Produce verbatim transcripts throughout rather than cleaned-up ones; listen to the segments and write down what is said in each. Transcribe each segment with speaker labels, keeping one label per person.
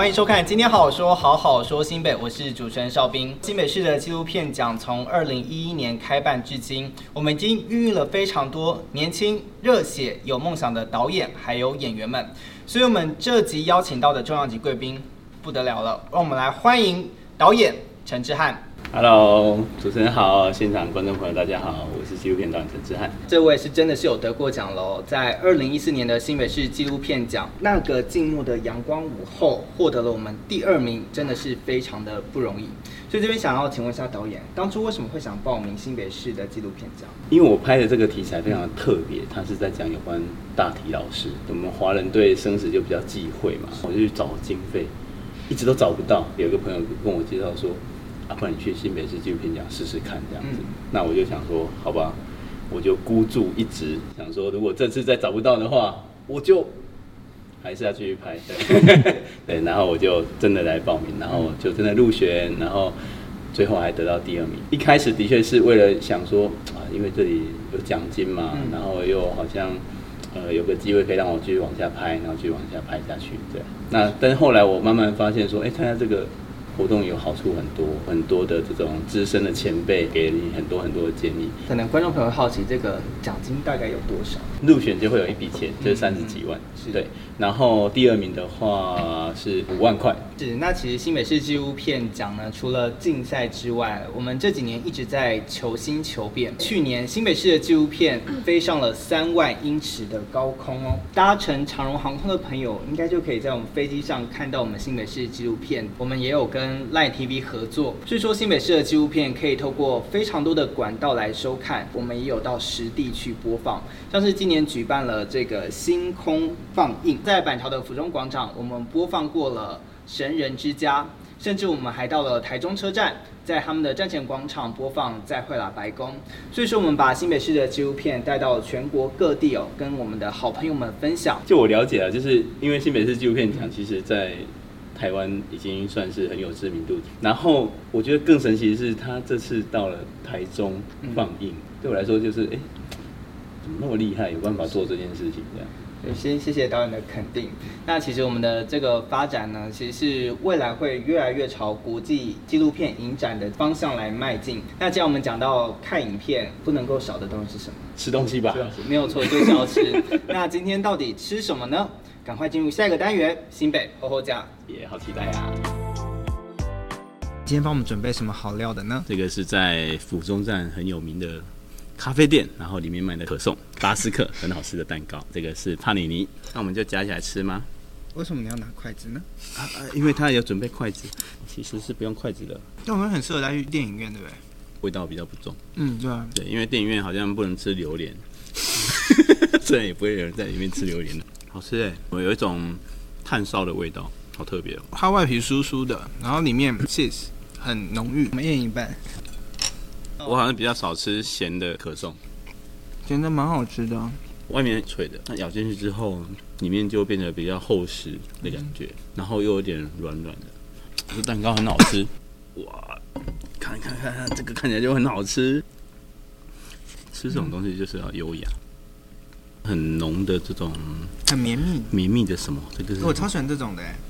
Speaker 1: 欢迎收看《今天好好说，好好说新北》，我是主持人邵兵。新北市的纪录片奖从二零一一年开办至今，我们已经孕育了非常多年轻、热血、有梦想的导演还有演员们。所以我们这集邀请到的重量级贵宾不得了了，让我们来欢迎导演陈之汉。
Speaker 2: Hello， 主持人好，现场观众朋友大家好，我是纪录片导演陈之汉。
Speaker 1: 这位是真的是有得过奖喽，在二零一四年的新北市纪录片奖那个静默的阳光午后，获得了我们第二名，真的是非常的不容易。所以这边想要请问一下导演，当初为什么会想报名新北市的纪录片奖？
Speaker 2: 因为我拍的这个题材非常的特别，它是在讲有关大体老师。我们华人对生死就比较忌讳嘛，我就去找经费，一直都找不到。有一个朋友跟我介绍说，啊，不然你去新北市纪录片奖试试看这样子。嗯、那我就想说，好吧，我就孤注一掷，想说如果这次再找不到的话，我就还是要继续拍。对，对，然后我就真的来报名，然后就真的入选，然后最后还得到第二名。一开始的确是为了想说啊，因为这里有奖金嘛，嗯、然后又好像呃有个机会可以让我继续往下拍，然后继续往下拍下去。对，那但是后来我慢慢发现说，哎，参加这个活动有好处很多，很多的这种资深的前辈给你很多很多的建议。
Speaker 1: 可能观众朋友好奇，这个奖金大概有多少？
Speaker 2: 入选就会有一笔钱，就是三十几万。嗯、对，然后第二名的话是五万块。
Speaker 1: 是，那其实新北市纪录片奖呢，除了竞赛之外，我们这几年一直在求新求变。去年新北市的纪录片飞上了三万英尺的高空哦，搭乘长荣航空的朋友应该就可以在我们飞机上看到我们新北市纪录片。我们也有跟 Line T V 合作，所以说新北市的纪录片可以透过非常多的管道来收看，我们也有到实地去播放，像是今年举办了这个星空放映，在板桥的府中广场，我们播放过了神人之家，甚至我们还到了台中车站，在他们的站前广场播放再会啦白宫。所以说我们把新北市的纪录片带到全国各地哦，跟我们的好朋友们分享。
Speaker 2: 就我了解了，就是因为新北市纪录片奖其实在台湾已经算是很有知名度，然后我觉得更神奇的是，他这次到了台中放映，嗯、对我来说就是，哎，怎么那么厉害，有办法做这件事情这样。
Speaker 1: 先谢谢导演的肯定。那其实我们的这个发展呢，其实是未来会越来越朝国际纪录片影展的方向来迈进。那既然我们讲到看影片，不能够少的东西是什么？
Speaker 2: 吃东西吧。
Speaker 1: 没有错，就是要吃。那今天到底吃什么呢？赶快进入下一个单元，新北厚厚呷，
Speaker 2: 也好期待啊！
Speaker 1: 今天帮我们准备什么好料的呢？
Speaker 2: 这个是在府中站很有名的咖啡店，然后里面卖的可颂巴斯克很好吃的蛋糕，这个是帕尼尼。那我们就夹起来吃吗？
Speaker 1: 为什么你要拿筷子呢？
Speaker 2: 啊啊、因为它有准备筷子，其实是不用筷子的。
Speaker 1: 但我们很适合来去电影院，对不对？
Speaker 2: 味道比较不重。
Speaker 1: 嗯，对啊。
Speaker 2: 对，因为电影院好像不能吃榴莲，虽然也不会有人在里面吃榴莲的。好吃哎，我有一种炭烧的味道，好特别哦。
Speaker 1: 它外皮酥酥的，然后里面 cheese 很浓郁。我们一人一半。
Speaker 2: 我好像比较少吃咸的可颂，
Speaker 1: 真的蛮好吃的、啊。
Speaker 2: 外面脆的，那咬进去之后，里面就变得比较厚实的感觉，嗯、然后又有点软软的。这蛋糕很好吃，哇！看看看看，这个看起来就很好吃。吃这种东西就是要优雅。很浓的这种，
Speaker 1: 很绵密，
Speaker 2: 绵密的什么？这个是
Speaker 1: 我超喜欢这种的哎，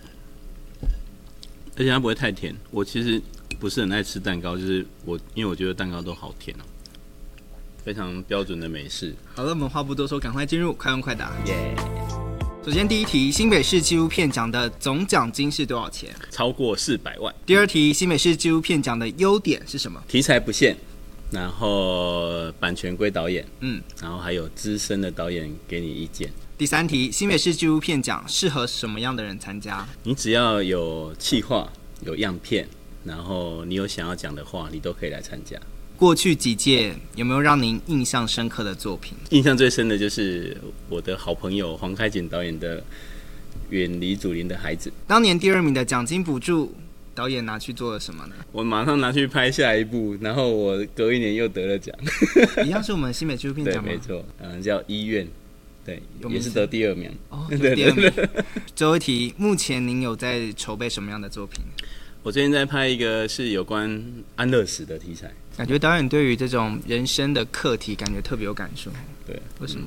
Speaker 2: 而且它不会太甜。我其实不是很爱吃蛋糕，就是我因为我觉得蛋糕都好甜哦，非常标准的美式。
Speaker 1: 好了，我们话不多说，赶快进入快问快答。耶、yeah ！首先第一题，新北市纪录片奖的总奖金是多少钱？
Speaker 2: 超过四百万。
Speaker 1: 第二题，新北市纪录片奖的优点是什么？
Speaker 2: 题材不限。然后版权归导演，
Speaker 1: 嗯，
Speaker 2: 然后还有资深的导演给你意见。
Speaker 1: 第三题，新北市纪录片奖适合什么样的人参加？
Speaker 2: 你只要有企划、有样片，然后你有想要讲的话，你都可以来参加。
Speaker 1: 过去几届有没有让您印象深刻的作品？
Speaker 2: 印象最深的就是我的好朋友黄开锦导演的《远离祖灵的孩子》。
Speaker 1: 当年第二名的奖金补助，导演拿去做了什么呢？
Speaker 2: 我马上拿去拍下一部，然后我隔一年又得了奖，
Speaker 1: 一样是我们新北纪录片奖吗？
Speaker 2: 对，没错，嗯，叫医院，对，也是得第二名。
Speaker 1: 哦，得第二名。最后一题，目前您有在筹备什么样的作品？
Speaker 2: 我最近在拍一个是有关安乐死的题材，
Speaker 1: 感觉导演对于这种人生的课题，感觉特别有感受。
Speaker 2: 对，
Speaker 1: 为什么？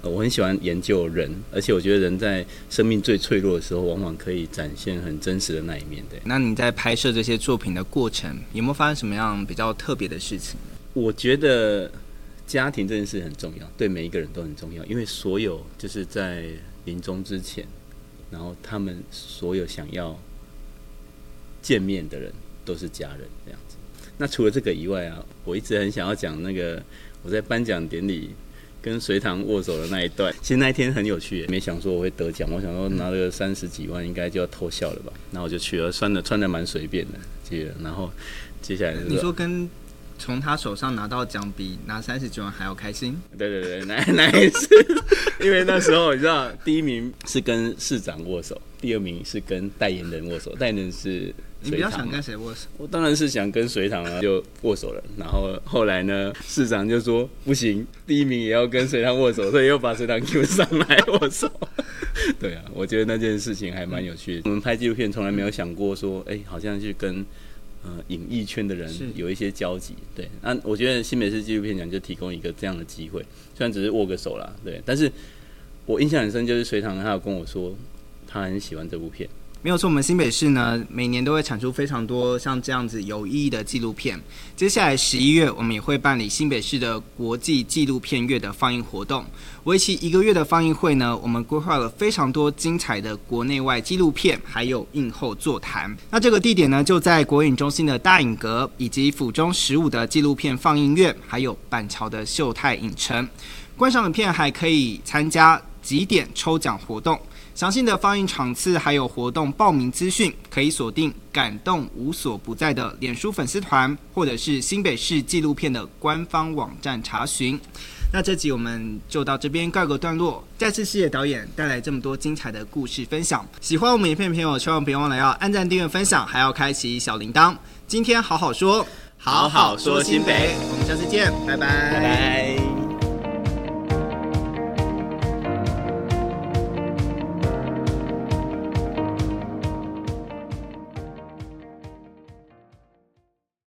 Speaker 2: 我很喜欢研究人，而且我觉得人在生命最脆弱的时候，往往可以展现很真实的那一面。对，
Speaker 1: 那你在拍摄这些作品的过程，有没有发生什么样比较特别的事情？
Speaker 2: 我觉得家庭这件事很重要，对每一个人都很重要，因为所有就是在临终之前，然后他们所有想要见面的人都是家人这样子。那除了这个以外啊，我一直很想要讲那个我在颁奖典礼跟隋唐握手的那一段，其实那一天很有趣，没想说我会得奖，我想说拿了三十几万应该就要偷笑了吧，然后我就去了，穿的穿的蛮随便的，记得，然后接下来
Speaker 1: 你说跟从他手上拿到奖比拿三十几万还要开心？
Speaker 2: 对对对，那那一次，因为那时候你知道，第一名是跟市长握手，第二名是跟代言人握手，代言人是。
Speaker 1: 你比较想跟谁握手？
Speaker 2: 我当然是想跟隋唐啊，就握手了。然后后来呢，市长就说不行，第一名也要跟隋唐握手，所以又把隋唐 Q 上来握手。对啊，我觉得那件事情还蛮有趣的。我们拍纪录片从来没有想过说，哎、欸，好像去跟呃影艺圈的人有一些交集。对，那我觉得新北市纪录片奖就提供一个这样的机会，虽然只是握个手啦，对，但是我印象很深，就是隋唐他有跟我说，他很喜欢这部片。
Speaker 1: 没有错，我们新北市呢，每年都会产出非常多像这样子有意义的纪录片。接下来十一月，我们也会办理新北市的国际纪录片月的放映活动。为期一个月的放映会呢，我们规划了非常多精彩的国内外纪录片，还有映后座谈。那这个地点呢，就在国影中心的大影阁，以及府中十五的纪录片放映院，还有板桥的秀泰影城。观赏影片还可以参加几点抽奖活动。详细的放映场次还有活动报名资讯，可以锁定感动无所不在的脸书粉丝团，或者是新北市纪录片的官方网站查询。那这集我们就到这边告个段落，再次谢谢导演带来这么多精彩的故事分享。喜欢我们影片的朋友，千万别忘了要按赞、订阅、分享，还要开启小铃铛。今天好好说，
Speaker 2: 好好说新北，
Speaker 1: 我们下次见，拜拜，
Speaker 2: 拜拜。